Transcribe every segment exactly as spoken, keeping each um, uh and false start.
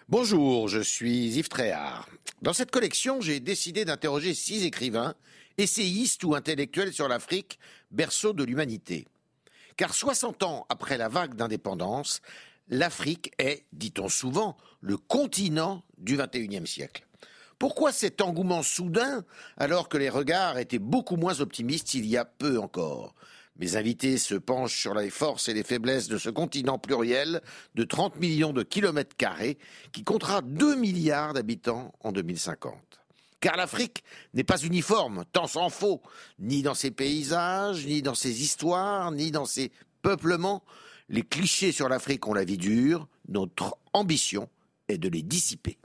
Bonjour, je suis Yves Tréhard. Dans cette collection, j'ai décidé d'interroger six écrivains, essayistes ou intellectuels sur l'Afrique, berceau de l'humanité. Car soixante ans après la vague d'indépendance, l'Afrique est, dit-on souvent, le continent du vingt et unième siècle. Pourquoi cet engouement soudain, alors que les regards étaient beaucoup moins optimistes il y a peu encore ? Mes invités se penchent sur les forces et les faiblesses de ce continent pluriel de trente millions de kilomètres carrés qui comptera deux milliards d'habitants en deux mille cinquante. Car l'Afrique n'est pas uniforme, tant s'en faut, ni dans ses paysages, ni dans ses histoires, ni dans ses peuplements. Les clichés sur l'Afrique ont la vie dure, notre ambition est de les dissiper.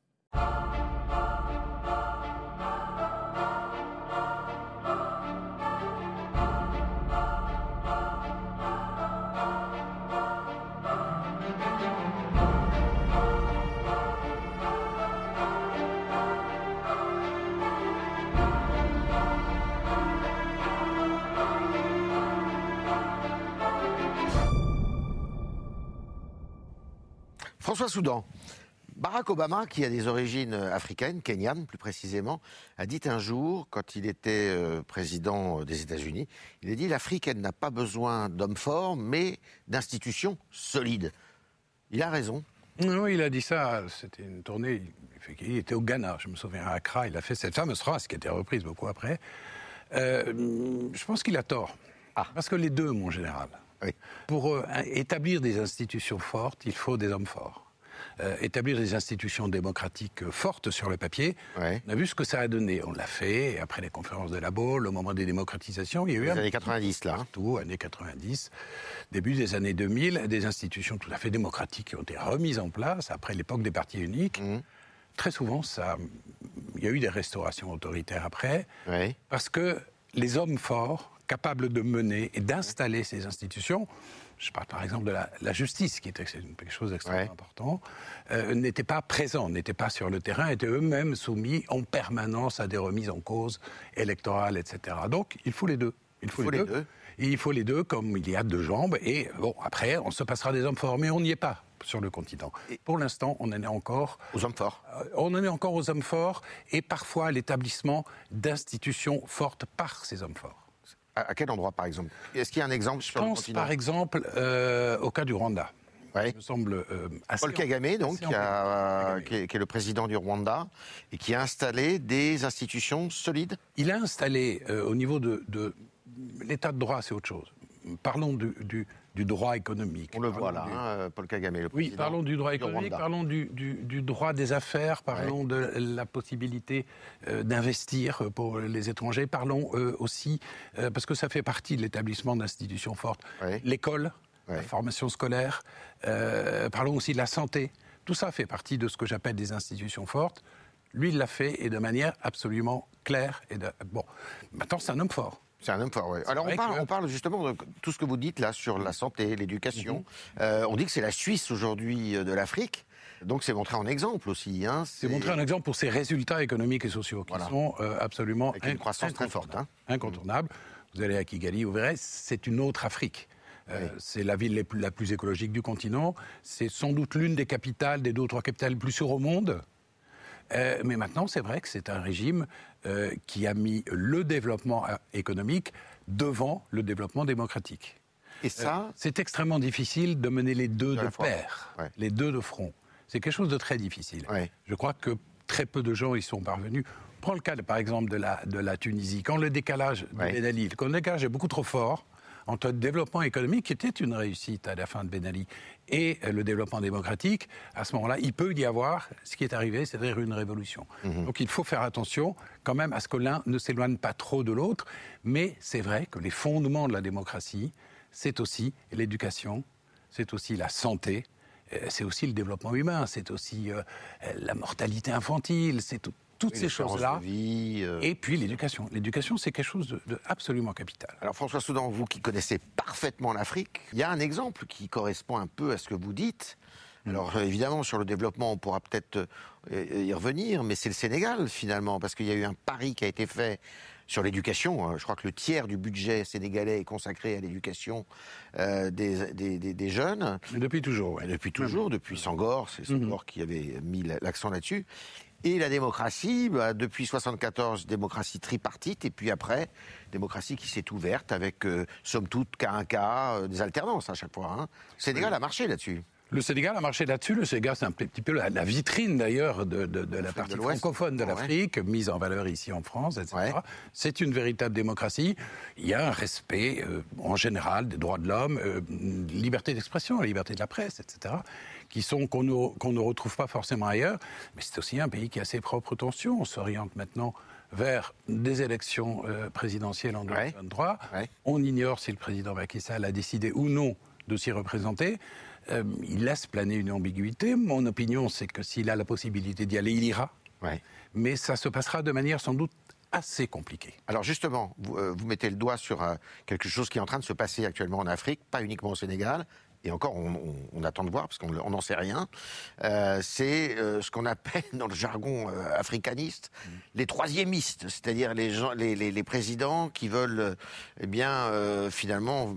François Soudan, Barack Obama, qui a des origines africaines, kenyanes plus précisément, a dit un jour, quand il était euh, président des États-Unis, il a dit « l'Afrique, elle n'a pas besoin d'hommes forts, mais d'institutions solides ». Il a raison. Non, il a dit ça, c'était une tournée, il était au Ghana, je me souviens, à Accra, il a fait cette fameuse phrase qui a été reprise beaucoup après. Euh, je pense qu'il a tort, ah. parce que les deux, mon général. Oui. Pour euh, établir des institutions fortes, il faut des hommes forts. Euh, établir des institutions démocratiques fortes sur le papier, ouais. On a vu ce que ça a donné. On l'a fait, et après les conférences de La Baule, au moment des démocratisations, il y a eu... Les années quatre-vingt-dix, là. Partout, années quatre-vingt-dix, début des années deux mille, des institutions tout à fait démocratiques qui ont été remises en place après l'époque des partis uniques. Mmh. Très souvent, ça, il y a eu des restaurations autoritaires après, ouais. parce que les hommes forts, capables de mener et d'installer ces institutions, je parle par exemple de la, la justice, qui était quelque chose d'extrêmement ouais. important, euh, n'étaient pas présents, n'étaient pas sur le terrain, étaient eux-mêmes soumis en permanence à des remises en cause électorales, et cetera. Donc, il faut les deux. Il faut, il faut les, les deux. deux. Et il faut les deux comme il y a deux jambes. Et bon, après, on se passera des hommes forts, mais on n'y est pas sur le continent. Et pour l'instant, on en est encore... Aux hommes forts. Euh, on en est encore aux hommes forts et parfois à l'établissement d'institutions fortes par ces hommes forts. À quel endroit, par exemple ? Est-ce qu'il y a un exemple sur le continent ? Je pense, par exemple, euh, au cas du Rwanda. Ouais. Il me semble euh, assez... Paul Kagame, donc, qui, a, qui, est, qui est le président du Rwanda, et qui a installé des institutions solides. Il a installé, euh, au niveau de, de l'état de droit, c'est autre chose. Parlons du, du, du droit économique. On le voit là, du... hein, Paul Kagame, le président. Oui, parlons du droit économique, du parlons du, du, du droit des affaires, parlons ouais. de la possibilité euh, d'investir pour les étrangers, parlons euh, aussi, euh, parce que ça fait partie de l'établissement d'institutions fortes, ouais. l'école, ouais. la formation scolaire, euh, parlons aussi de la santé. Tout ça fait partie de ce que j'appelle des institutions fortes. Lui, il l'a fait, et de manière absolument claire. Et de... Bon, maintenant, c'est un homme fort. C'est un homme fort, oui. Alors on parle, que... on parle justement de tout ce que vous dites là sur la santé, l'éducation. Mm-hmm. Euh, on dit que c'est la Suisse aujourd'hui de l'Afrique, donc c'est montré en exemple aussi. Hein. C'est... c'est montré en exemple pour ses résultats économiques et sociaux qui voilà. sont euh, absolument avec une croissance très forte, hein. incontournables. Mm-hmm. Vous allez à Kigali, vous verrez, c'est une autre Afrique. Euh, oui. C'est la ville la plus écologique du continent. C'est sans doute l'une des capitales, des deux ou trois capitales les plus sûres au monde. Euh, mais maintenant, c'est vrai que c'est un régime euh, qui a mis le développement économique devant le développement démocratique. Et ça euh, c'est extrêmement difficile de mener les deux de, de pair, ouais. les deux de front. C'est quelque chose de très difficile. Ouais. Je crois que très peu de gens y sont parvenus. Prends le cas, par exemple, de la, de la Tunisie. Quand le décalage de ouais. Ben Ali, quand le décalage est beaucoup trop fort entre le développement économique, qui était une réussite à la fin de Ben Ali, et le développement démocratique, à ce moment-là, il peut y avoir ce qui est arrivé, c'est-à-dire une révolution. Mmh. Donc il faut faire attention quand même à ce que l'un ne s'éloigne pas trop de l'autre, mais c'est vrai que les fondements de la démocratie, c'est aussi l'éducation, c'est aussi la santé, c'est aussi le développement humain, c'est aussi euh, la mortalité infantile, c'est tout. Toutes oui, ces choses-là, vie, euh... et puis l'éducation. L'éducation, c'est quelque chose de, de absolument capital. Alors François Soudan, vous qui connaissez parfaitement l'Afrique, il y a un exemple qui correspond un peu à ce que vous dites. Alors évidemment, sur le développement, on pourra peut-être y revenir, mais c'est le Sénégal finalement, parce qu'il y a eu un pari qui a été fait sur l'éducation. Je crois que le tiers du budget sénégalais est consacré à l'éducation euh, des, des, des, des jeunes. Mais depuis toujours, oui. Depuis toujours, depuis Senghor, c'est Senghor mmh. qui avait mis l'accent là-dessus. Et la démocratie, bah, depuis soixante-quatorze, démocratie tripartite, et puis après, démocratie qui s'est ouverte avec, euh, somme toute, cas un cas, euh, des alternances à chaque fois. Hein. Le Sénégal oui. a marché là-dessus. Le Sénégal a marché là-dessus. Le Sénégal, c'est un petit peu la, la vitrine, d'ailleurs, de, de, de la partie de francophone de l'Afrique, ouais. mise en valeur ici en France, et cetera. Ouais. C'est une véritable démocratie. Il y a un respect, euh, en général, des droits de l'homme, euh, liberté d'expression, liberté de la presse, et cetera, qui sont qu'on ne, qu'on ne retrouve pas forcément ailleurs. Mais c'est aussi un pays qui a ses propres tensions. On s'oriente maintenant vers des élections euh, présidentielles en deux mille vingt-trois. Ouais. Ouais. On ignore si le président Macky Sall a décidé ou non de s'y représenter. Euh, il laisse planer une ambiguïté. Mon opinion, c'est que s'il a la possibilité d'y aller, il ira. Ouais. Mais ça se passera de manière sans doute assez compliquée. Alors justement, vous, euh, vous mettez le doigt sur euh, quelque chose qui est en train de se passer actuellement en Afrique, pas uniquement au Sénégal. Et encore, on, on, on attend de voir, parce qu'on n'en sait rien. Euh, c'est euh, ce qu'on appelle, dans le jargon euh, africaniste, mmh. les troisiémistes, c'est-à-dire les, gens, les, les, les présidents qui veulent, euh, eh bien, euh, finalement,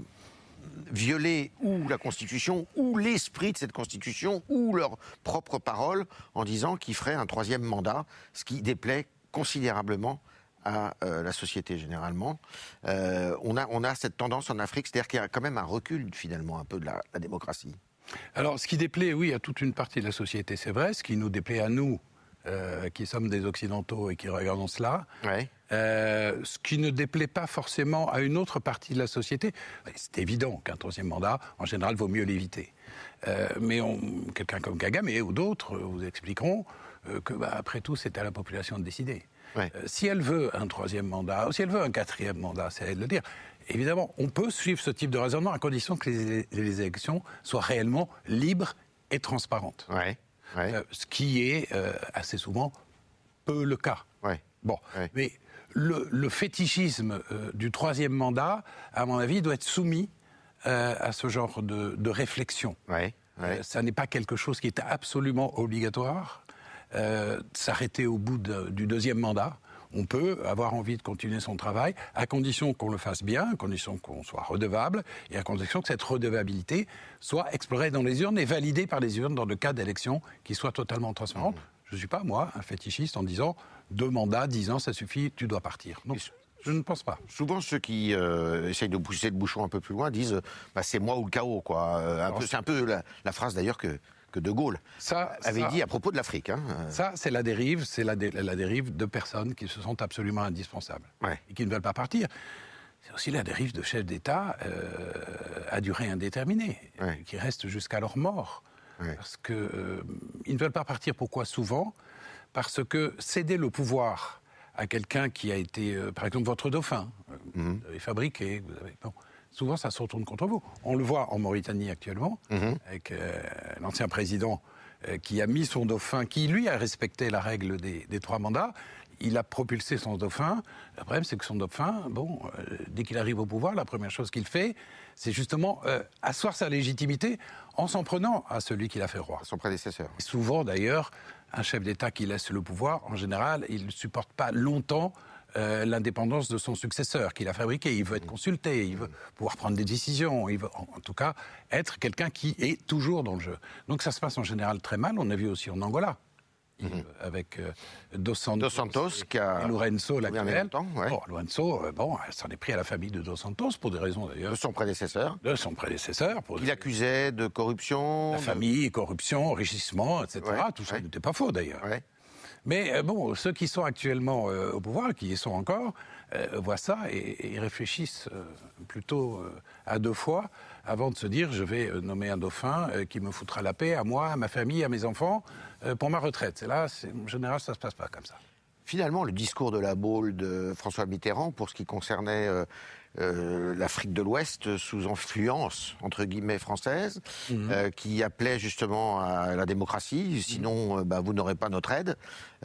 violer ou la Constitution, ou l'esprit de cette Constitution, ou leurs propres paroles, en disant qu'ils feraient un troisième mandat, ce qui déplaît considérablement à euh, la société généralement. Euh, on, a, on a cette tendance en Afrique, c'est-à-dire qu'il y a quand même un recul finalement un peu de la, la démocratie. Alors ce qui déplaît, oui, à toute une partie de la société, c'est vrai. Ce qui nous déplaît à nous, euh, qui sommes des Occidentaux et qui regardons cela, ouais. euh, ce qui ne déplaît pas forcément à une autre partie de la société, c'est évident qu'un troisième mandat, en général, vaut mieux l'éviter. Euh, mais on, quelqu'un comme Kagame ou d'autres vous expliqueront euh, que, bah, après tout, c'est à la population de décider. Ouais. Euh, si elle veut un troisième mandat, ou si elle veut un quatrième mandat, c'est à elle de le dire. Évidemment, on peut suivre ce type de raisonnement à condition que les, les élections soient réellement libres et transparentes. Ouais. Ouais. Euh, ce qui est euh, assez souvent peu le cas. Ouais. Bon, ouais. Mais le, le fétichisme euh, du troisième mandat, à mon avis, doit être soumis euh, à ce genre de, de réflexion. Ouais. Ouais. Euh, ça n'est pas quelque chose qui est absolument obligatoire. Euh, s'arrêter au bout de, du deuxième mandat. On peut avoir envie de continuer son travail, à condition qu'on le fasse bien, à condition qu'on soit redevable, et à condition que cette redevabilité soit explorée dans les urnes et validée par les urnes dans le cas d'élections qui soient totalement transparentes. Mmh. Je ne suis pas, moi, un fétichiste en disant deux mandats, dix ans, ça suffit, tu dois partir. Non, je ne pense pas. Souvent, ceux qui euh, essayent de pousser le bouchon un peu plus loin disent bah, c'est moi ou le chaos, quoi. Euh, un peu, c'est un peu la, la phrase d'ailleurs que. que De Gaulle ça, avait ça, dit à propos de l'Afrique. Hein. Ça, c'est la dérive, c'est la, dé, la dérive de personnes qui se sentent absolument indispensables ouais. et qui ne veulent pas partir. C'est aussi la dérive de chefs d'État euh, à durée indéterminée, ouais. qui restent jusqu'à leur mort. Ouais. Parce qu'ils euh, ne veulent pas partir. Pourquoi souvent ? Parce que céder le pouvoir à quelqu'un qui a été, euh, par exemple, votre dauphin, euh, mm-hmm. vous avez fabriqué, vous avez... Bon, souvent, ça se retourne contre vous. On le voit en Mauritanie actuellement, mmh. avec euh, l'ancien président euh, qui a mis son dauphin, qui lui a respecté la règle des, des trois mandats. Il a propulsé son dauphin. Le problème, c'est que son dauphin, bon, euh, dès qu'il arrive au pouvoir, la première chose qu'il fait, c'est justement euh, asseoir sa légitimité en s'en prenant à celui qui l'a fait roi. À son prédécesseur. Et souvent, d'ailleurs, un chef d'État qui laisse le pouvoir, en général, il ne supporte pas longtemps Euh, l'indépendance de son successeur qu'il a fabriqué. Il veut être consulté, il veut pouvoir prendre des décisions, il veut en, en tout cas être quelqu'un qui est toujours dans le jeu. Donc ça se passe en général très mal. On a vu aussi en Angola, mm-hmm. il, avec euh, Dos Santos, Dos Santos et, qui a... et Lourenço l'actuel. Ouais. Bon, Lourenço, euh, bon, s'en est pris à la famille de Dos Santos pour des raisons d'ailleurs. De son prédécesseur. De son prédécesseur. Pour il des... accusait de corruption. La de... famille, corruption, enrichissement, et cetera. Ouais. Tout ça ouais. n'était pas faux d'ailleurs. Ouais. Mais euh, bon, ceux qui sont actuellement euh, au pouvoir, qui y sont encore, euh, voient ça et, et réfléchissent euh, plutôt euh, à deux fois avant de se dire je vais euh, nommer un dauphin euh, qui me foutra la paix à moi, à ma famille, à mes enfants, euh, pour ma retraite. Et là, c'est, en général, ça ne se passe pas comme ça. Finalement, le discours de la Baule de François Mitterrand, pour ce qui concernait euh, euh, l'Afrique de l'Ouest sous influence, entre guillemets, française, mmh. euh, qui appelait justement à la démocratie, sinon, mmh. euh, bah, vous n'aurez pas notre aide,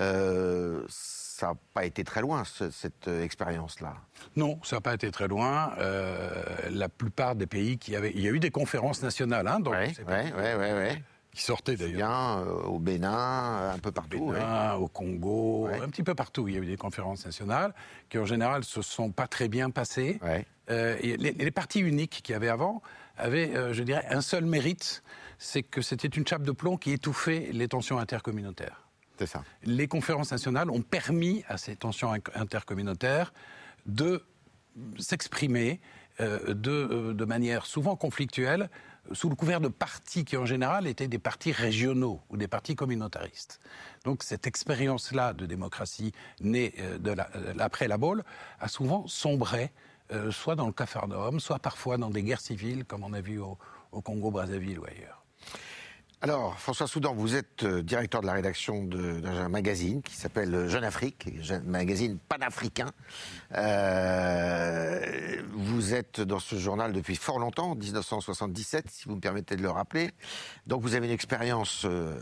euh, ça n'a pas été très loin, ce, cette euh, expérience-là. Non, ça n'a pas été très loin. Euh, la plupart des pays qui avaient... Il y a eu des conférences nationales, hein, donc... Oui, oui, oui, oui. qui sortaient d'ailleurs. Bien, euh, au Bénin, un peu partout. Au Bénin, ouais. au Congo, ouais. un petit peu partout. Il y a eu des conférences nationales qui, en général, se sont pas très bien passées. Ouais. Euh, et les, les partis uniques qu'il y avait avant avaient, euh, je dirais, un seul mérite, c'est que c'était une chape de plomb qui étouffait les tensions intercommunautaires. C'est ça. Les conférences nationales ont permis à ces tensions intercommunautaires de s'exprimer euh, de, euh, de manière souvent conflictuelle, sous le couvert de partis qui, en général, étaient des partis régionaux ou des partis communautaristes. Donc, cette expérience-là de démocratie née euh, de la, euh, après la Baule a souvent sombré, euh, soit dans le capharnaüm, soit parfois dans des guerres civiles, comme on a vu au, au Congo-Brazzaville ou ailleurs. Alors, François Soudan, vous êtes euh, directeur de la rédaction de, d'un magazine qui s'appelle Jeune Afrique, un magazine panafricain. Euh, vous êtes dans ce journal depuis fort longtemps, dix-neuf cent soixante-dix-sept, si vous me permettez de le rappeler. Donc vous avez une expérience euh,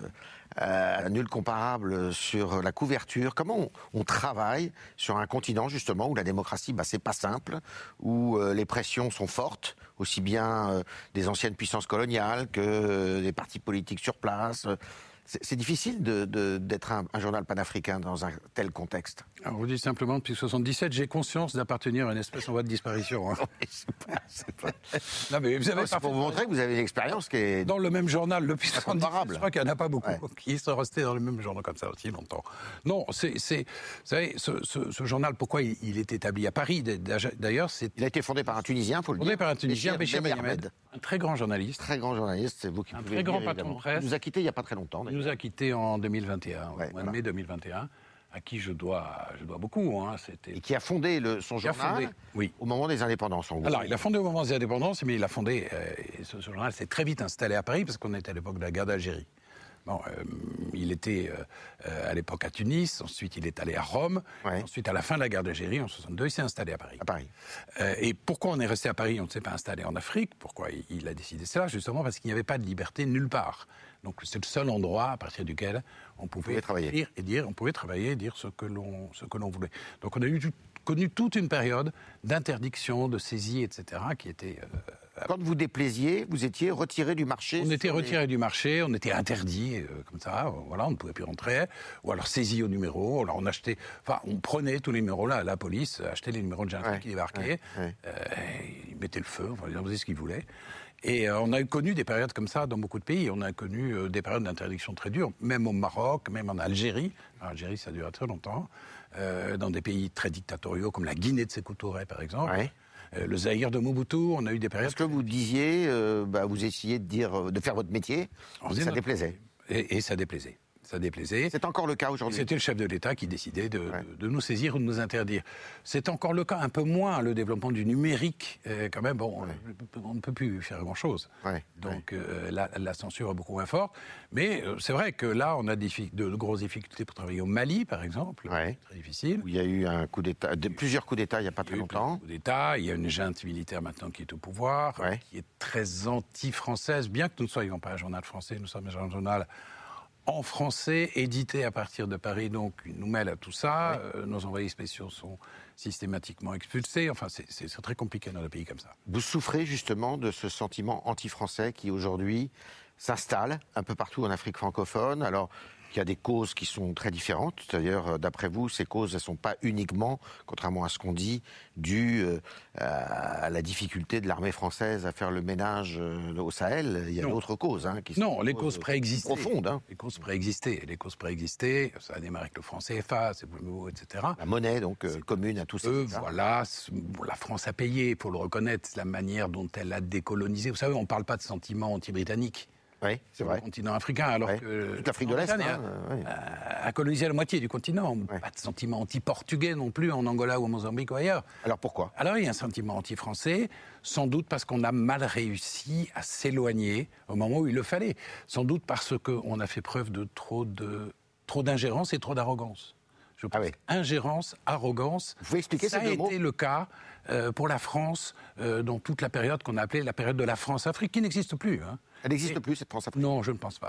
euh, nulle comparable sur la couverture. Comment on, on travaille sur un continent, justement, où la démocratie, bah, c'est pas simple, où euh, les pressions sont fortes, aussi bien euh, des anciennes puissances coloniales que euh, des partis politiques sur place. C'est, c'est difficile de, de, d'être un, un journal panafricain dans un tel contexte. Alors, vous dites simplement, depuis soixante-dix-sept, j'ai conscience d'appartenir à une espèce en voie de disparition. Hein. c'est pas, c'est pas... Non, mais vous avez non, c'est pour vous montrer que vous avez une expérience qui est... Dans le même journal depuis soixante-dix-sept, je crois qu'il n'y en a pas beaucoup ouais. qui sont restés dans le même journal comme ça aussi longtemps. Non, c'est... c'est vous savez, ce, ce, ce journal, pourquoi il, il est établi à Paris, d'ailleurs, c'est... Il a été fondé par un Tunisien, il faut le fondé dire. Fondé par un Tunisien, Béchir Ben Ahmed. Ahmed, un très grand journaliste. Très grand journaliste, c'est vous qui un pouvez très grand dire, patron de presse. Il nous a quittés il n'y a pas très longtemps. Il nous a quittés en deux mille vingt et un, ouais, au mois voilà. de mai deux mille vingt et un, à qui je dois, je dois beaucoup. Hein, c'était... Et qui a fondé le, son journal fondé, oui. au moment des indépendances. En gros. Alors, il a fondé au moment des indépendances, mais il a fondé, euh, et ce, ce journal s'est très vite installé à Paris, parce qu'on était à l'époque de la guerre d'Algérie. Bon, euh, il était euh, à l'époque à Tunis, ensuite il est allé à Rome, ouais. ensuite à la fin de la guerre d'Algérie, en soixante-deux, il s'est installé à Paris. À Paris. Euh, et pourquoi on est resté à Paris, on ne s'est pas installé en Afrique? Pourquoi il, il a décidé cela? Justement parce qu'il n'y avait pas de liberté nulle part. Donc c'est le seul endroit à partir duquel on pouvait, pouvait travailler dire et dire, on pouvait travailler et dire ce que l'on, ce que l'on voulait. Donc on a eu connu toute une période d'interdiction, de saisie, et cetera, qui était... Euh, Quand vous déplaisiez, vous étiez retiré du marché? On était retiré les... du marché, on était interdit, euh, comme ça, euh, voilà, on ne pouvait plus rentrer, ou alors saisi au numéro, alors on achetait, enfin, on prenait tous les numéros là, la police achetait les numéros de gens ouais, qui débarquaient, ouais, ouais. Euh, ils mettaient le feu, enfin, ils faisaient ce qu'ils voulaient. Et euh, on a connu des périodes comme ça dans beaucoup de pays. On a connu euh, des périodes d'interdiction très dures, même au Maroc, même en Algérie. En Algérie, ça a duré très longtemps. Euh, dans des pays très dictatoriaux, comme la Guinée de Sékou Touré, par exemple. Ouais. Euh, le Zaïre de Mobutu, on a eu des périodes... Est-ce que vous disiez, euh, bah, vous essayez de, dire, de faire votre métier, ça notre... déplaisait et, et ça déplaisait. Ça déplaisait. C'est encore le cas aujourd'hui. C'était le chef de l'État qui décidait de, ouais. de, de nous saisir ou de nous interdire. C'est encore le cas, un peu moins, le développement du numérique. Euh, quand même, bon, ouais. on ne peut plus faire grand-chose. Ouais. Donc ouais. Euh, la, la censure est beaucoup moins forte. Mais euh, c'est vrai que là, on a de, de grosses difficultés pour travailler au Mali, par exemple. Ouais. Très difficile. Où il y a eu un coup d'État, de, plusieurs coups d'État il n'y a pas très il y a longtemps. Coup d'État, il y a une junte militaire maintenant qui est au pouvoir, ouais. qui est très anti-française, bien que nous ne soyons pas un journal français, nous sommes un journal en français, édité à partir de Paris, donc nous mêle à tout ça. Ouais. Euh, nos envoyés spéciaux sont systématiquement expulsés. Enfin, c'est, c'est, c'est très compliqué dans le pays comme ça. Vous souffrez justement de ce sentiment anti-français qui aujourd'hui s'installe un peu partout en Afrique francophone. Alors, il y a des causes qui sont très différentes. D'ailleurs, d'après vous, ces causes ne sont pas uniquement, contrairement à ce qu'on dit, dues euh, à la difficulté de l'armée française à faire le ménage euh, au Sahel. Il y a non. d'autres causes hein, qui sont non, les causes préexistaient. profondes. Hein. Les causes préexistaient. Les causes préexistaient. Ça a démarré avec le franc C F A, c'est nouveau, et cetera. La monnaie, donc, euh, commune à tous ces euh, Voilà. La France a payé, il faut le reconnaître, la manière dont elle a décolonisé. Vous savez, on ne parle pas de sentiments anti-britanniques. Oui, c'est vrai. Le continent africain, alors ouais. que toute l'Afrique de l'Est hein, a, ouais. a colonisé la moitié du continent. Ouais. Pas de sentiment anti-portugais non plus en Angola ou au Mozambique ou ailleurs. Alors pourquoi? Alors il y a un sentiment anti-français, sans doute parce qu'on a mal réussi à s'éloigner au moment où il le fallait. Sans doute parce qu'on a fait preuve de trop, de trop d'ingérence et trop d'arrogance. Je pense ah oui. ingérence, arrogance. Vous pouvez expliquer ça a été le cas euh, pour la France euh, dans toute la période qu'on a appelée la période de la France-Afrique, qui n'existe plus. Hein. Elle n'existe et... plus, cette France-Afrique? Non, je ne pense pas.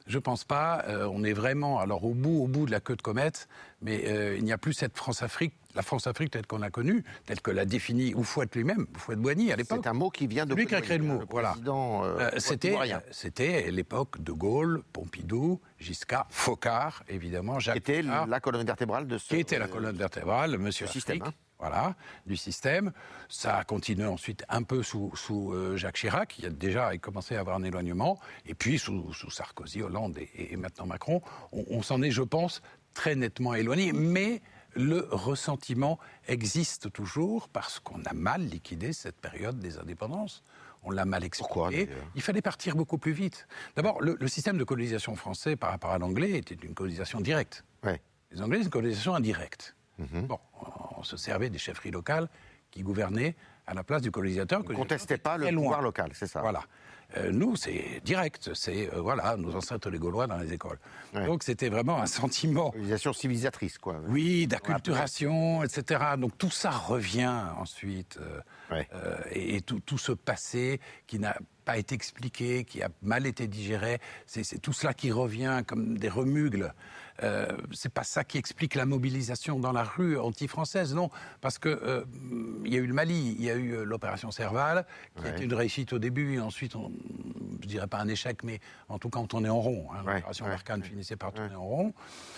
Je pense pas. Euh, on est vraiment, alors au bout, au bout de la queue de comète, mais euh, il n'y a plus cette France-Afrique, la France-Afrique telle qu'on l'a connue, telle que l'a définie Houphouët lui-même, Houphouët-Boigny à l'époque. C'est un mot qui vient de lui qui a créé le mot. Le voilà. président, euh, euh, c'était, c'était l'époque de Gaulle, Pompidou, Giscard, Foccart, évidemment, Jacques. Qui était Foccart, la colonne vertébrale de ce. Qui était la colonne vertébrale, Monsieur système. Hein. Voilà, du système. Ça a continué ensuite un peu sous, sous euh, Jacques Chirac, qui a déjà commencé à avoir un éloignement, et puis sous, sous Sarkozy, Hollande et, et maintenant Macron. On, on s'en est, je pense, très nettement éloigné, mais le ressentiment existe toujours parce qu'on a mal liquidé cette période des indépendances. On l'a mal expliqué. Il fallait partir beaucoup plus vite. D'abord, le, le système de colonisation français par rapport à l'anglais était une colonisation directe. Ouais. Les Anglais, c'est une colonisation indirecte. Mm-hmm. Bon, on se servait des chefferies locales qui gouvernaient à la place du colonisateur. Vous ne contestez pas le pouvoir loin. local, c'est ça. Voilà. Euh, nous, c'est direct. C'est, euh, voilà, nos ancêtres les Gaulois dans les écoles. Ouais. Donc, c'était vraiment un sentiment... Colonisation civilisatrice, quoi. Oui, d'acculturation, et cetera. Donc, tout ça revient ensuite. Euh, ouais. euh, et, et tout, tout ce passé qui n'a pas été expliqué, qui a mal été digéré, c'est, c'est tout cela qui revient comme des remugles. Euh, c'est pas ça qui explique la mobilisation dans la rue anti-française, non, parce que euh, il y a eu le Mali, il y a eu l'opération Serval, qui ouais. est une réussite au début, et ensuite, on, je dirais pas un échec, mais en tout cas, on tournait en rond. Hein, ouais. L'opération ouais. Barkhane ouais. finissait par tourner ouais. en rond.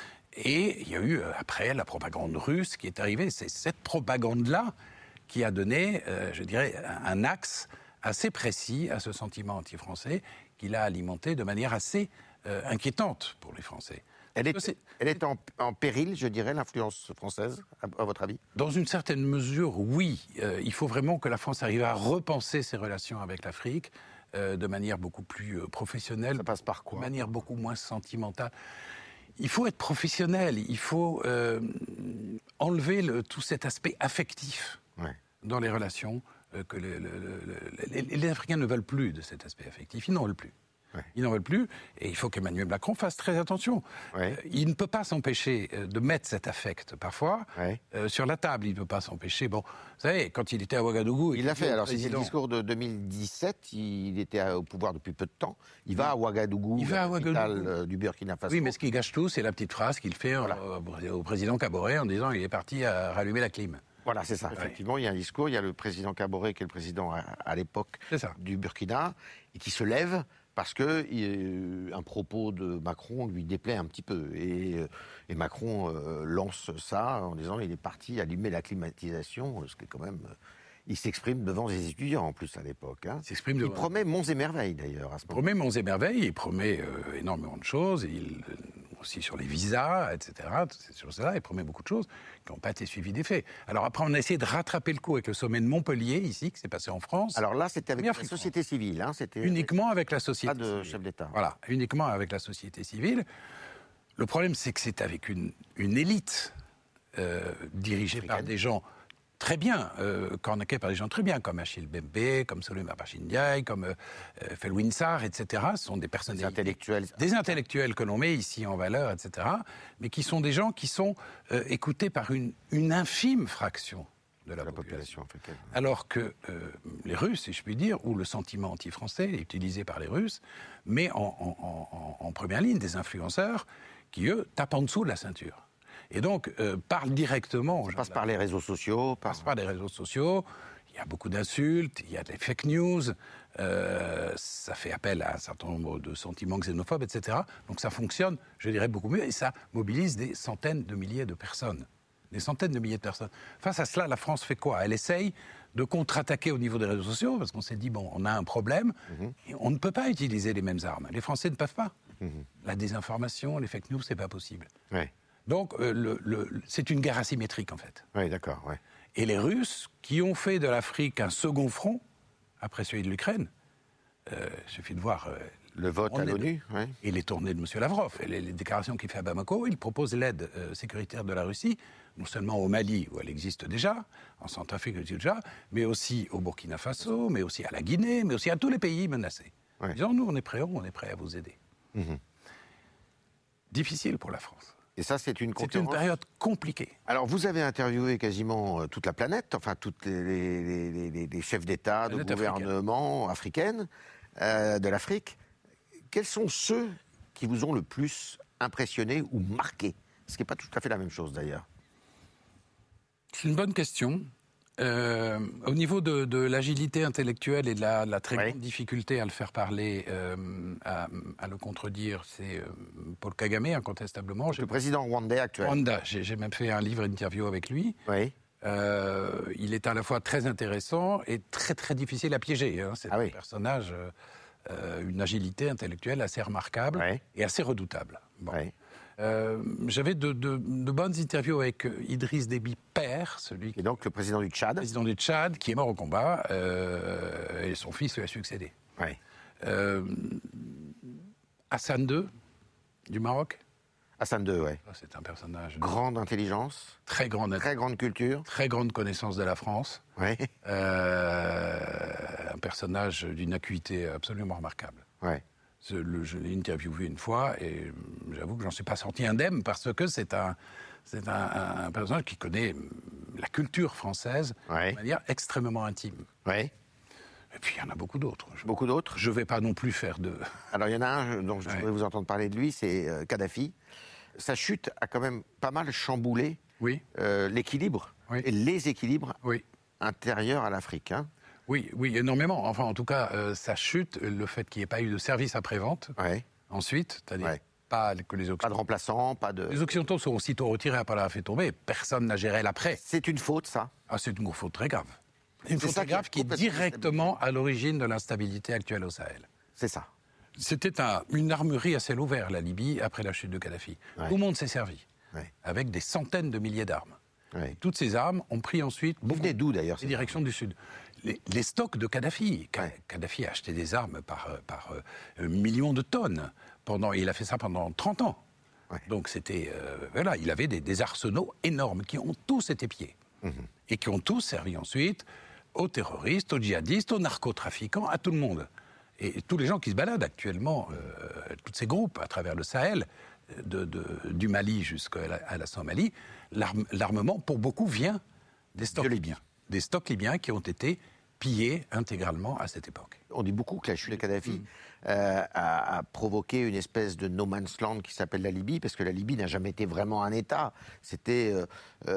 Et il y a eu, après, la propagande russe qui est arrivée. C'est cette propagande-là qui a donné, euh, je dirais, un, un axe assez précis à ce sentiment anti-français qu'il a alimenté de manière assez euh, inquiétante pour les Français. Elle est, c'est, elle est en, en péril, je dirais, l'influence française, à, à votre avis ? Dans une certaine mesure, oui. Euh, il faut vraiment que la France arrive à repenser ses relations avec l'Afrique euh, de manière beaucoup plus euh, professionnelle. Ça passe par quoi ? De manière beaucoup moins sentimentale. Il faut être professionnel, il faut euh, enlever le, tout cet aspect affectif ouais. dans les relations, euh, que le, le, le, les, les Africains ne veulent plus de cet aspect affectif, ils n'en veulent plus. Ouais. Ils n'en veulent plus, et il faut qu'Emmanuel Macron fasse très attention. Ouais. Euh, il ne peut pas s'empêcher euh, de mettre cet affect, parfois, ouais. euh, sur la table. Il ne peut pas s'empêcher. Bon, vous savez, quand il était à Ouagadougou... Il l'a fait, alors président... c'est le discours de deux mille dix-sept, il était au pouvoir depuis peu de temps. Il va à Ouagadougou, il va à Ouagadougou. La capitale euh, du Burkina Faso. Oui, mais ce qui gâche tout, c'est la petite phrase qu'il fait voilà. euh, au président Kaboré en disant qu'il est parti à rallumer la clim. Voilà, c'est ça. Ouais. Effectivement, il y a un discours, il y a le président Kaboré, qui est le président à, à l'époque du Burkina, et qui se lève... Parce que euh, un propos de Macron lui déplaît un petit peu. Et, euh, et Macron euh, lance ça en disant qu'il est parti allumer la climatisation, ce qui est quand même... Euh, il s'exprime devant les étudiants, en plus, à l'époque. Hein. Il s'exprime devant... Il promet monts et merveilles, d'ailleurs, à ce moment. Il promet monts et merveilles, il promet euh, énormément de choses, il, aussi sur les visas, et cetera. Ces choses-là, il promet beaucoup de choses qui n'ont pas été suivies des faits. Alors après, on a essayé de rattraper le coup avec le sommet de Montpellier, ici, qui s'est passé en France. Alors là, c'était avec la société civile. Hein, c'était uniquement avec la société civile. Pas de chef d'État. Voilà, uniquement avec la société civile. Le problème, c'est que c'est avec une, une élite euh, dirigée Africaine. Par des gens... Très bien, euh, cornaqués par des gens très bien, comme Achille Bembe, comme Solomon Bachindiaï, comme euh, Felwine Sarr, et cetera. Ce sont des personnalités, des intellectuels, des intellectuels que l'on met ici en valeur, et cetera. Mais qui sont des gens qui sont euh, écoutés par une, une infime fraction de la, la population. population africaine. Alors que euh, les Russes, si je puis dire, ou le sentiment anti-français est utilisé par les Russes, mais en, en, en, en première ligne des influenceurs qui, eux, tapent en dessous de la ceinture. Et donc, euh, parle directement... Ça passe par les réseaux sociaux. Par... passe par les réseaux sociaux. Il y a beaucoup d'insultes, il y a des fake news. Euh, ça fait appel à un certain nombre de sentiments xénophobes, et cetera. Donc ça fonctionne, je dirais, beaucoup mieux. Et ça mobilise des centaines de milliers de personnes. Des centaines de milliers de personnes. Face à cela, la France fait quoi ? Elle essaye de contre-attaquer au niveau des réseaux sociaux, parce qu'on s'est dit, bon, on a un problème, mm-hmm. et on ne peut pas utiliser les mêmes armes. Les Français ne peuvent pas. Mm-hmm. La désinformation, les fake news, c'est pas possible. Ouais. Donc, euh, le, le, c'est une guerre asymétrique, en fait. Oui, d'accord, ouais. Et les Russes, qui ont fait de l'Afrique un second front, après celui de l'Ukraine, euh, il suffit de voir... Euh, le vote à l'ONU, de, ouais. Et les tournées de M. Lavrov, et les, les déclarations qu'il fait à Bamako, il propose l'aide euh, sécuritaire de la Russie, non seulement au Mali, où elle existe déjà, en Centrafrique déjà, mais aussi au Burkina Faso, mais aussi à la Guinée, mais aussi à tous les pays menacés. Ouais. Disons, nous, on est prêts, on est prêts à vous aider. Mmh. Difficile pour la France. Et ça, c'est une C'est une période compliquée. Alors, vous avez interviewé quasiment euh, toute la planète, enfin, tous les, les, les, les, les chefs d'État, de gouvernement africaine, euh, de l'Afrique. Quels sont ceux qui vous ont le plus impressionné ou marqué? Ce qui n'est pas tout à fait la même chose d'ailleurs. C'est une bonne question. Euh, au niveau de, de l'agilité intellectuelle et de la, de la très oui. grande difficulté à le faire parler, euh, à, à le contredire, c'est euh, Paul Kagame, incontestablement. Le président rwandais actuel. Rwanda, j'ai, j'ai même fait un livre interview avec lui. Oui. Euh, il est à la fois très intéressant et très très difficile à piéger. Hein. C'est ah un oui. personnage, euh, une agilité intellectuelle assez remarquable oui. et assez redoutable. Bon. Oui. Euh, j'avais de, de, de bonnes interviews avec Idriss Déby père, celui qui est donc le président du Tchad, président du Tchad, qui est mort au combat, euh, et son fils lui a succédé. Oui. Euh, Hassan deux, du Maroc. Hassan deux, oui. C'est un personnage. Grande intelligence. Très grande. Très grande culture. Très grande connaissance de la France. Oui. Euh, un personnage d'une acuité absolument remarquable. Oui. Le, je l'ai interviewé une fois et j'avoue que j'en suis pas sorti indemne parce que c'est un, c'est un, un personnage qui connaît la culture française ouais. de manière extrêmement intime. Ouais. Et puis il y en a beaucoup d'autres. Je, beaucoup d'autres Je ne vais pas non plus faire de... Alors il y en a un dont je ouais. voudrais vous entendre parler de lui, c'est euh, Kadhafi. Sa chute a quand même pas mal chamboulé oui. euh, l'équilibre oui. et les équilibres oui. intérieurs à l'Afrique. Hein. Oui, oui, énormément. Enfin, en tout cas, euh, ça chute, le fait qu'il n'y ait pas eu de service après-vente. Ouais. Ensuite, c'est-à-dire ouais. pas que les Occidentaux... Pas de remplaçants, pas de... Les Occidentaux sont aussitôt retirés après l'avoir fait tomber. Personne n'a géré l'après. C'est une faute, ça? Ah, c'est une faute très grave. Une faute très grave qui est directement à l'origine de l'instabilité actuelle au Sahel. C'est ça. C'était un, une armurerie à ciel ouvert, la Libye, après la chute de Kadhafi. Ouais. Tout le monde s'est servi, ouais. avec des centaines de milliers d'armes. Ouais. Toutes ces armes ont pris ensuite... Vous venez d'où, d'ailleurs? Les directions du Sud. Les, les stocks de Kadhafi. Ouais. Kadhafi a acheté des armes par, par euh, millions de tonnes. Pendant, et il a fait ça pendant trente ans. Ouais. Donc c'était... Euh, voilà, il avait des, des arsenaux énormes qui ont tous été pillés. Mmh. Et qui ont tous servi ensuite aux terroristes, aux djihadistes, aux narcotrafiquants, à tout le monde. Et tous les gens qui se baladent actuellement, euh, tous ces groupes à travers le Sahel, de, de, du Mali jusqu'à la, à la Somalie, l'arme, l'armement, pour beaucoup, vient des stocks libyens. Des stocks libyens qui ont été pillés intégralement à cette époque. On dit beaucoup que la chute de Kadhafi mmh. euh, a, a provoqué une espèce de no man's land qui s'appelle la Libye, parce que la Libye n'a jamais été vraiment un État. C'était euh,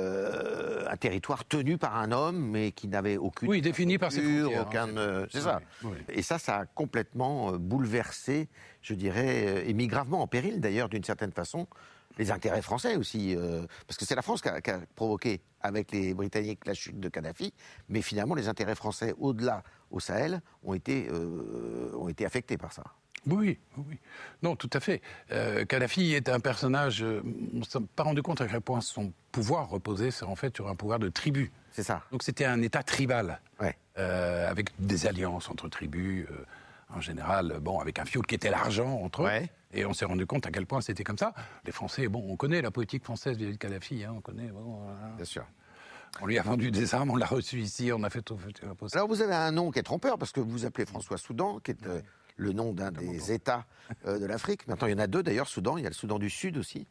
euh, un territoire tenu par un homme, mais qui n'avait aucune... Oui, défini par ses frontières. Aucun, hein, euh, c'est, c'est ça. Oui, oui. Et ça, ça a complètement euh, bouleversé, je dirais, et mis gravement en péril, d'ailleurs, d'une certaine façon, les intérêts français aussi, euh, parce que c'est la France qui a, qui a provoqué avec les Britanniques la chute de Kadhafi, mais finalement les intérêts français au-delà, au Sahel, ont été, euh, ont été affectés par ça. Oui, oui, non, tout à fait. Euh, Kadhafi est un personnage, euh, on ne s'est pas rendu compte à quel point son pouvoir reposait en fait sur un pouvoir de tribu. C'est ça. Donc c'était un État tribal, ouais. euh, avec des alliances entre tribus, euh, en général, bon, avec un fioul qui était l'argent entre eux. Ouais. Et on s'est rendu compte à quel point c'était comme ça. Les Français, bon, on connaît la politique française vis-à-vis de Kadhafi, hein, on connaît. Bon, voilà. Bien sûr. On lui a vendu des armes, on l'a reçu ici, on a fait tout. Alors vous avez un nom qui est trompeur, parce que vous vous appelez François Soudan, qui est euh, le nom d'un des États euh, de l'Afrique. Maintenant, il y en a deux d'ailleurs, Soudan, il y a le Soudan du Sud aussi.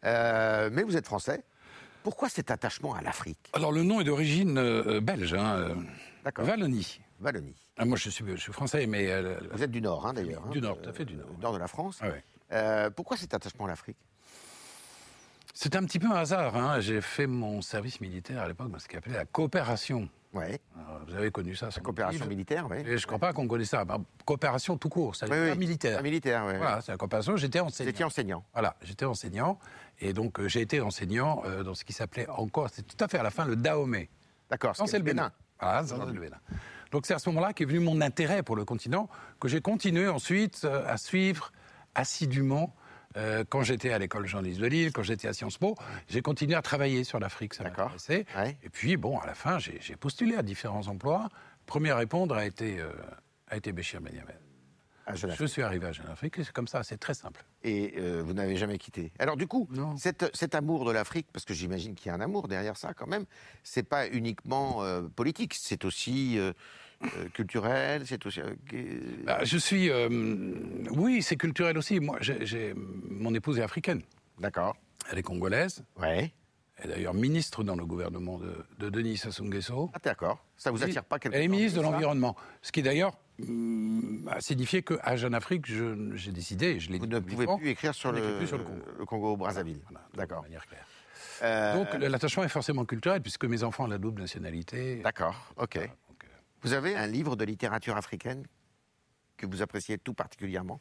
Euh, mais vous êtes français. Pourquoi cet attachement à l'Afrique? Alors le nom est d'origine euh, belge, hein, euh, D'accord. Wallonie. Wallonie. Ah, moi, je suis, je suis français, mais... Euh, vous êtes du Nord, hein, d'ailleurs. Du hein, Nord, tout à fait du Nord. Du Nord de la France. Ah, ouais. euh, pourquoi cet attachement à l'Afrique? C'est un petit peu un hasard. Hein. J'ai fait mon service militaire à l'époque dans ce qu'on appelait la coopération. Ouais. Alors, vous avez connu ça, la coopération livre. militaire, oui. Et je ne crois pas qu'on connaisse ça. Bah, coopération tout court, c'est oui, oui. militaire. Un militaire, oui. Voilà, c'est la coopération. J'étais enseignant. J'étais enseignant. Voilà, j'étais enseignant. Et donc, euh, j'ai été enseignant euh, dans ce qui s'appelait encore, c'est tout à fait à la fin, le Dahomey. D'accord, c'est, c'est le Bénin. Bénin. Voilà, c'est le Bénin. Donc, c'est à ce moment-là qu'est venu mon intérêt pour le continent, que j'ai continué ensuite euh, à suivre assidûment. Euh, quand j'étais à l'école Jean-Lys de Lille, quand j'étais à Sciences Po, j'ai continué à travailler sur l'Afrique, ça D'accord. m'intéressait. Ouais. Et puis, bon, à la fin, j'ai, j'ai postulé à différents emplois. Le premier à répondre a été, euh, a été Béchir Ben Yamel. Je suis arrivé à Jeune Afrique, et c'est comme ça, c'est très simple. Et euh, vous n'avez jamais quitté. Alors du coup, cette, cet amour de l'Afrique, parce que j'imagine qu'il y a un amour derrière ça quand même, c'est pas uniquement euh, politique, c'est aussi... Euh, Euh, culturel, c'est aussi... Euh, bah, je suis... Euh, oui, c'est culturel aussi. Moi, j'ai, j'ai, mon épouse est africaine. D'accord. Elle est congolaise. Ouais. Elle est d'ailleurs ministre dans le gouvernement de, de Denis Sassou Nguesso. Ah d'accord, ça vous attire pas quelque chose? Elle est ministre de l'Environnement, ce qui d'ailleurs hum, a signifié qu'à Jeune Afrique, je, j'ai décidé, je l'ai vous dit ne pouvez plus écrire sur le, plus sur le Congo, le Congo-Brazzaville. Voilà, voilà, d'accord. De manière claire. Euh... Donc l'attachement est forcément culturel, puisque mes enfants ont la double nationalité. D'accord, ok. Voilà, donc, euh... Vous avez un livre de littérature africaine que vous appréciez tout particulièrement?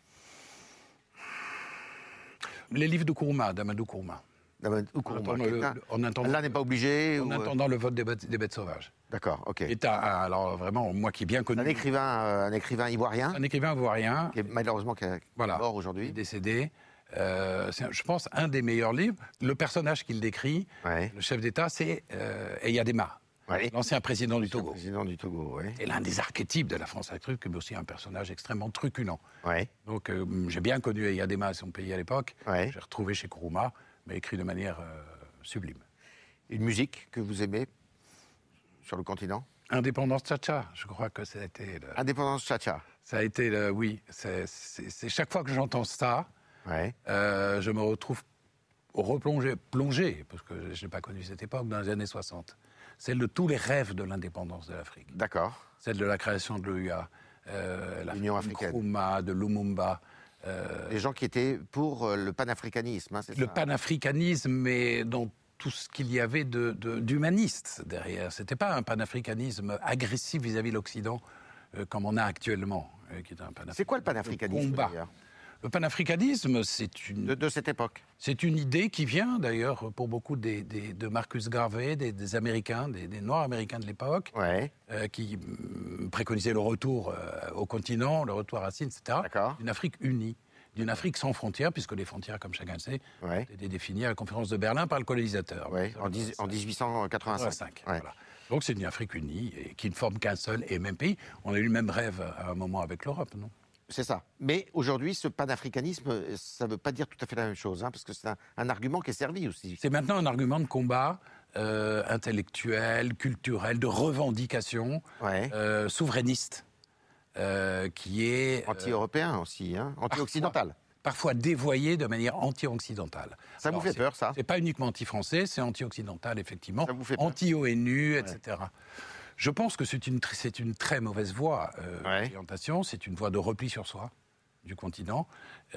Les livres de Kourouma, d'Amadou Kourouma. D'Amadou Kourouma. Le, en attendant, là n'est pas obligé. En ou... attendant le vote des bêtes, des bêtes sauvages. D'accord, ok. Et alors vraiment, moi qui ai bien connu. Un écrivain, euh, un écrivain ivoirien. Un écrivain ivoirien. Qui est malheureusement qui est voilà, mort aujourd'hui. Décédé. Euh, c'est, je pense, un des meilleurs livres. Le personnage qu'il décrit, ouais. le chef d'État, c'est euh, Eyadema. Ouais. L'ancien président du Togo. Président du Togo, oui. C'est l'un des archétypes de la France-Afrique, mais aussi un personnage extrêmement truculent. Ouais. Donc, euh, j'ai bien connu Eyadema, son pays à l'époque. Ouais. J'ai retrouvé chez Kourouma, mais écrit de manière euh, sublime. Une musique que vous aimez sur le continent? Indépendance Cha-Cha, je crois que ça a été... Le... Indépendance Cha-Cha. Ça a été, le... oui. C'est, c'est, c'est chaque fois que j'entends ça, ouais. euh, je me retrouve replongé, plongé, parce que je n'ai pas connu cette époque, dans les années soixante. Celle de tous les rêves de l'indépendance de l'Afrique. D'accord. Celle de la création de l'O U A, euh, la l'Union africaine, de Nkrumah, de Lumumba. Euh, les gens qui étaient pour le panafricanisme, hein, c'est ça? Le panafricanisme, mais dans tout ce qu'il y avait de, de, d'humaniste derrière. Ce n'était pas un panafricanisme agressif vis-à-vis de l'Occident, euh, comme on a actuellement. Euh, qui est un c'est quoi le panafricanisme combat. Le panafricanisme, c'est une... De, de cette époque. C'est une idée qui vient, d'ailleurs, pour beaucoup des, des, de Marcus Garvey, des, des Américains, des, des Noirs américains de l'époque, ouais. euh, qui euh, préconisaient le retour euh, au continent, le retour à Racine, et cetera. D'accord. Une Afrique unie, d'une Afrique sans frontières, puisque les frontières, comme chacun le sait, ouais. étaient définies à la conférence de Berlin par le colonisateur. Ouais. En, dix, en dix-huit cent quatre-vingt-cinq. Ouais. Voilà. Donc c'est une Afrique unie, et qui ne forme qu'un seul et même pays. On a eu le même rêve à un moment avec l'Europe, non? C'est ça. Mais aujourd'hui, ce panafricanisme, ça ne veut pas dire tout à fait la même chose, hein, parce que c'est un, un argument qui est servi aussi. C'est maintenant un argument de combat euh, intellectuel, culturel, de revendication, ouais. euh, souverainiste, euh, qui est... Anti-européen euh, aussi, hein, anti-occidental. Parfois, parfois dévoyé de manière anti-occidentale. Ça Alors, vous fait peur, ça? C'est pas uniquement anti-français, c'est anti-occidental, effectivement, ça vous fait peur? Anti-O N U, ouais. et cetera. Je pense que c'est une, c'est une très mauvaise voie euh, ouais. d'orientation, c'est une voie de repli sur soi du continent.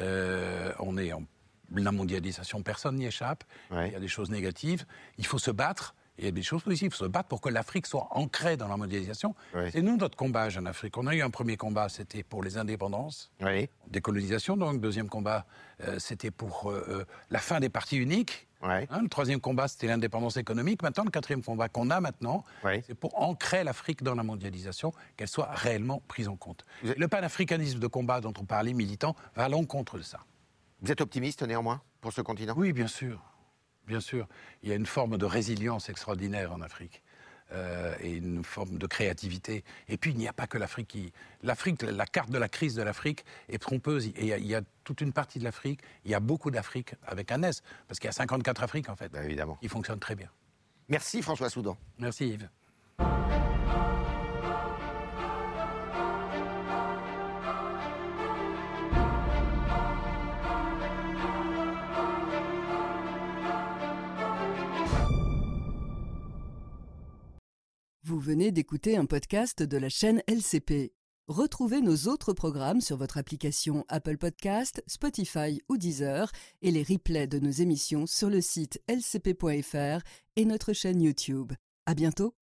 Euh, on est en la mondialisation, personne n'y échappe. Ouais. Il y a des choses négatives. Il faut se battre. Il y a des choses positives. Il faut se battre pour que l'Afrique soit ancrée dans la mondialisation. Ouais. C'est nous notre combat en Afrique. On a eu un premier combat, c'était pour les indépendances, ouais. décolonisation. Donc, deuxième combat, euh, c'était pour euh, la fin des partis uniques. Ouais. Hein, le troisième combat, c'était l'indépendance économique. Maintenant, le quatrième combat qu'on a maintenant, ouais. c'est pour ancrer l'Afrique dans la mondialisation, qu'elle soit réellement prise en compte. Êtes... Le panafricanisme de combat dont on parlait, militant, va à l'encontre de ça. Vous êtes optimiste, néanmoins, pour ce continent? Oui, bien sûr. Bien sûr. Il y a une forme de résilience extraordinaire en Afrique. Euh, et une forme de créativité. Et puis, il n'y a pas que l'Afrique qui... L'Afrique, la carte de la crise de l'Afrique est trompeuse. Et il y a, il y a toute une partie de l'Afrique, il y a beaucoup d'Afrique avec un S, parce qu'il y a cinquante-quatre Afriques, en fait. Ben, évidemment. Qui fonctionnent très bien. Merci, François Soudan. Merci, Yves. Vous venez d'écouter un podcast de la chaîne L C P. Retrouvez nos autres programmes sur votre application Apple Podcast, Spotify ou Deezer et les replays de nos émissions sur le site l c p point f r et notre chaîne YouTube. À bientôt.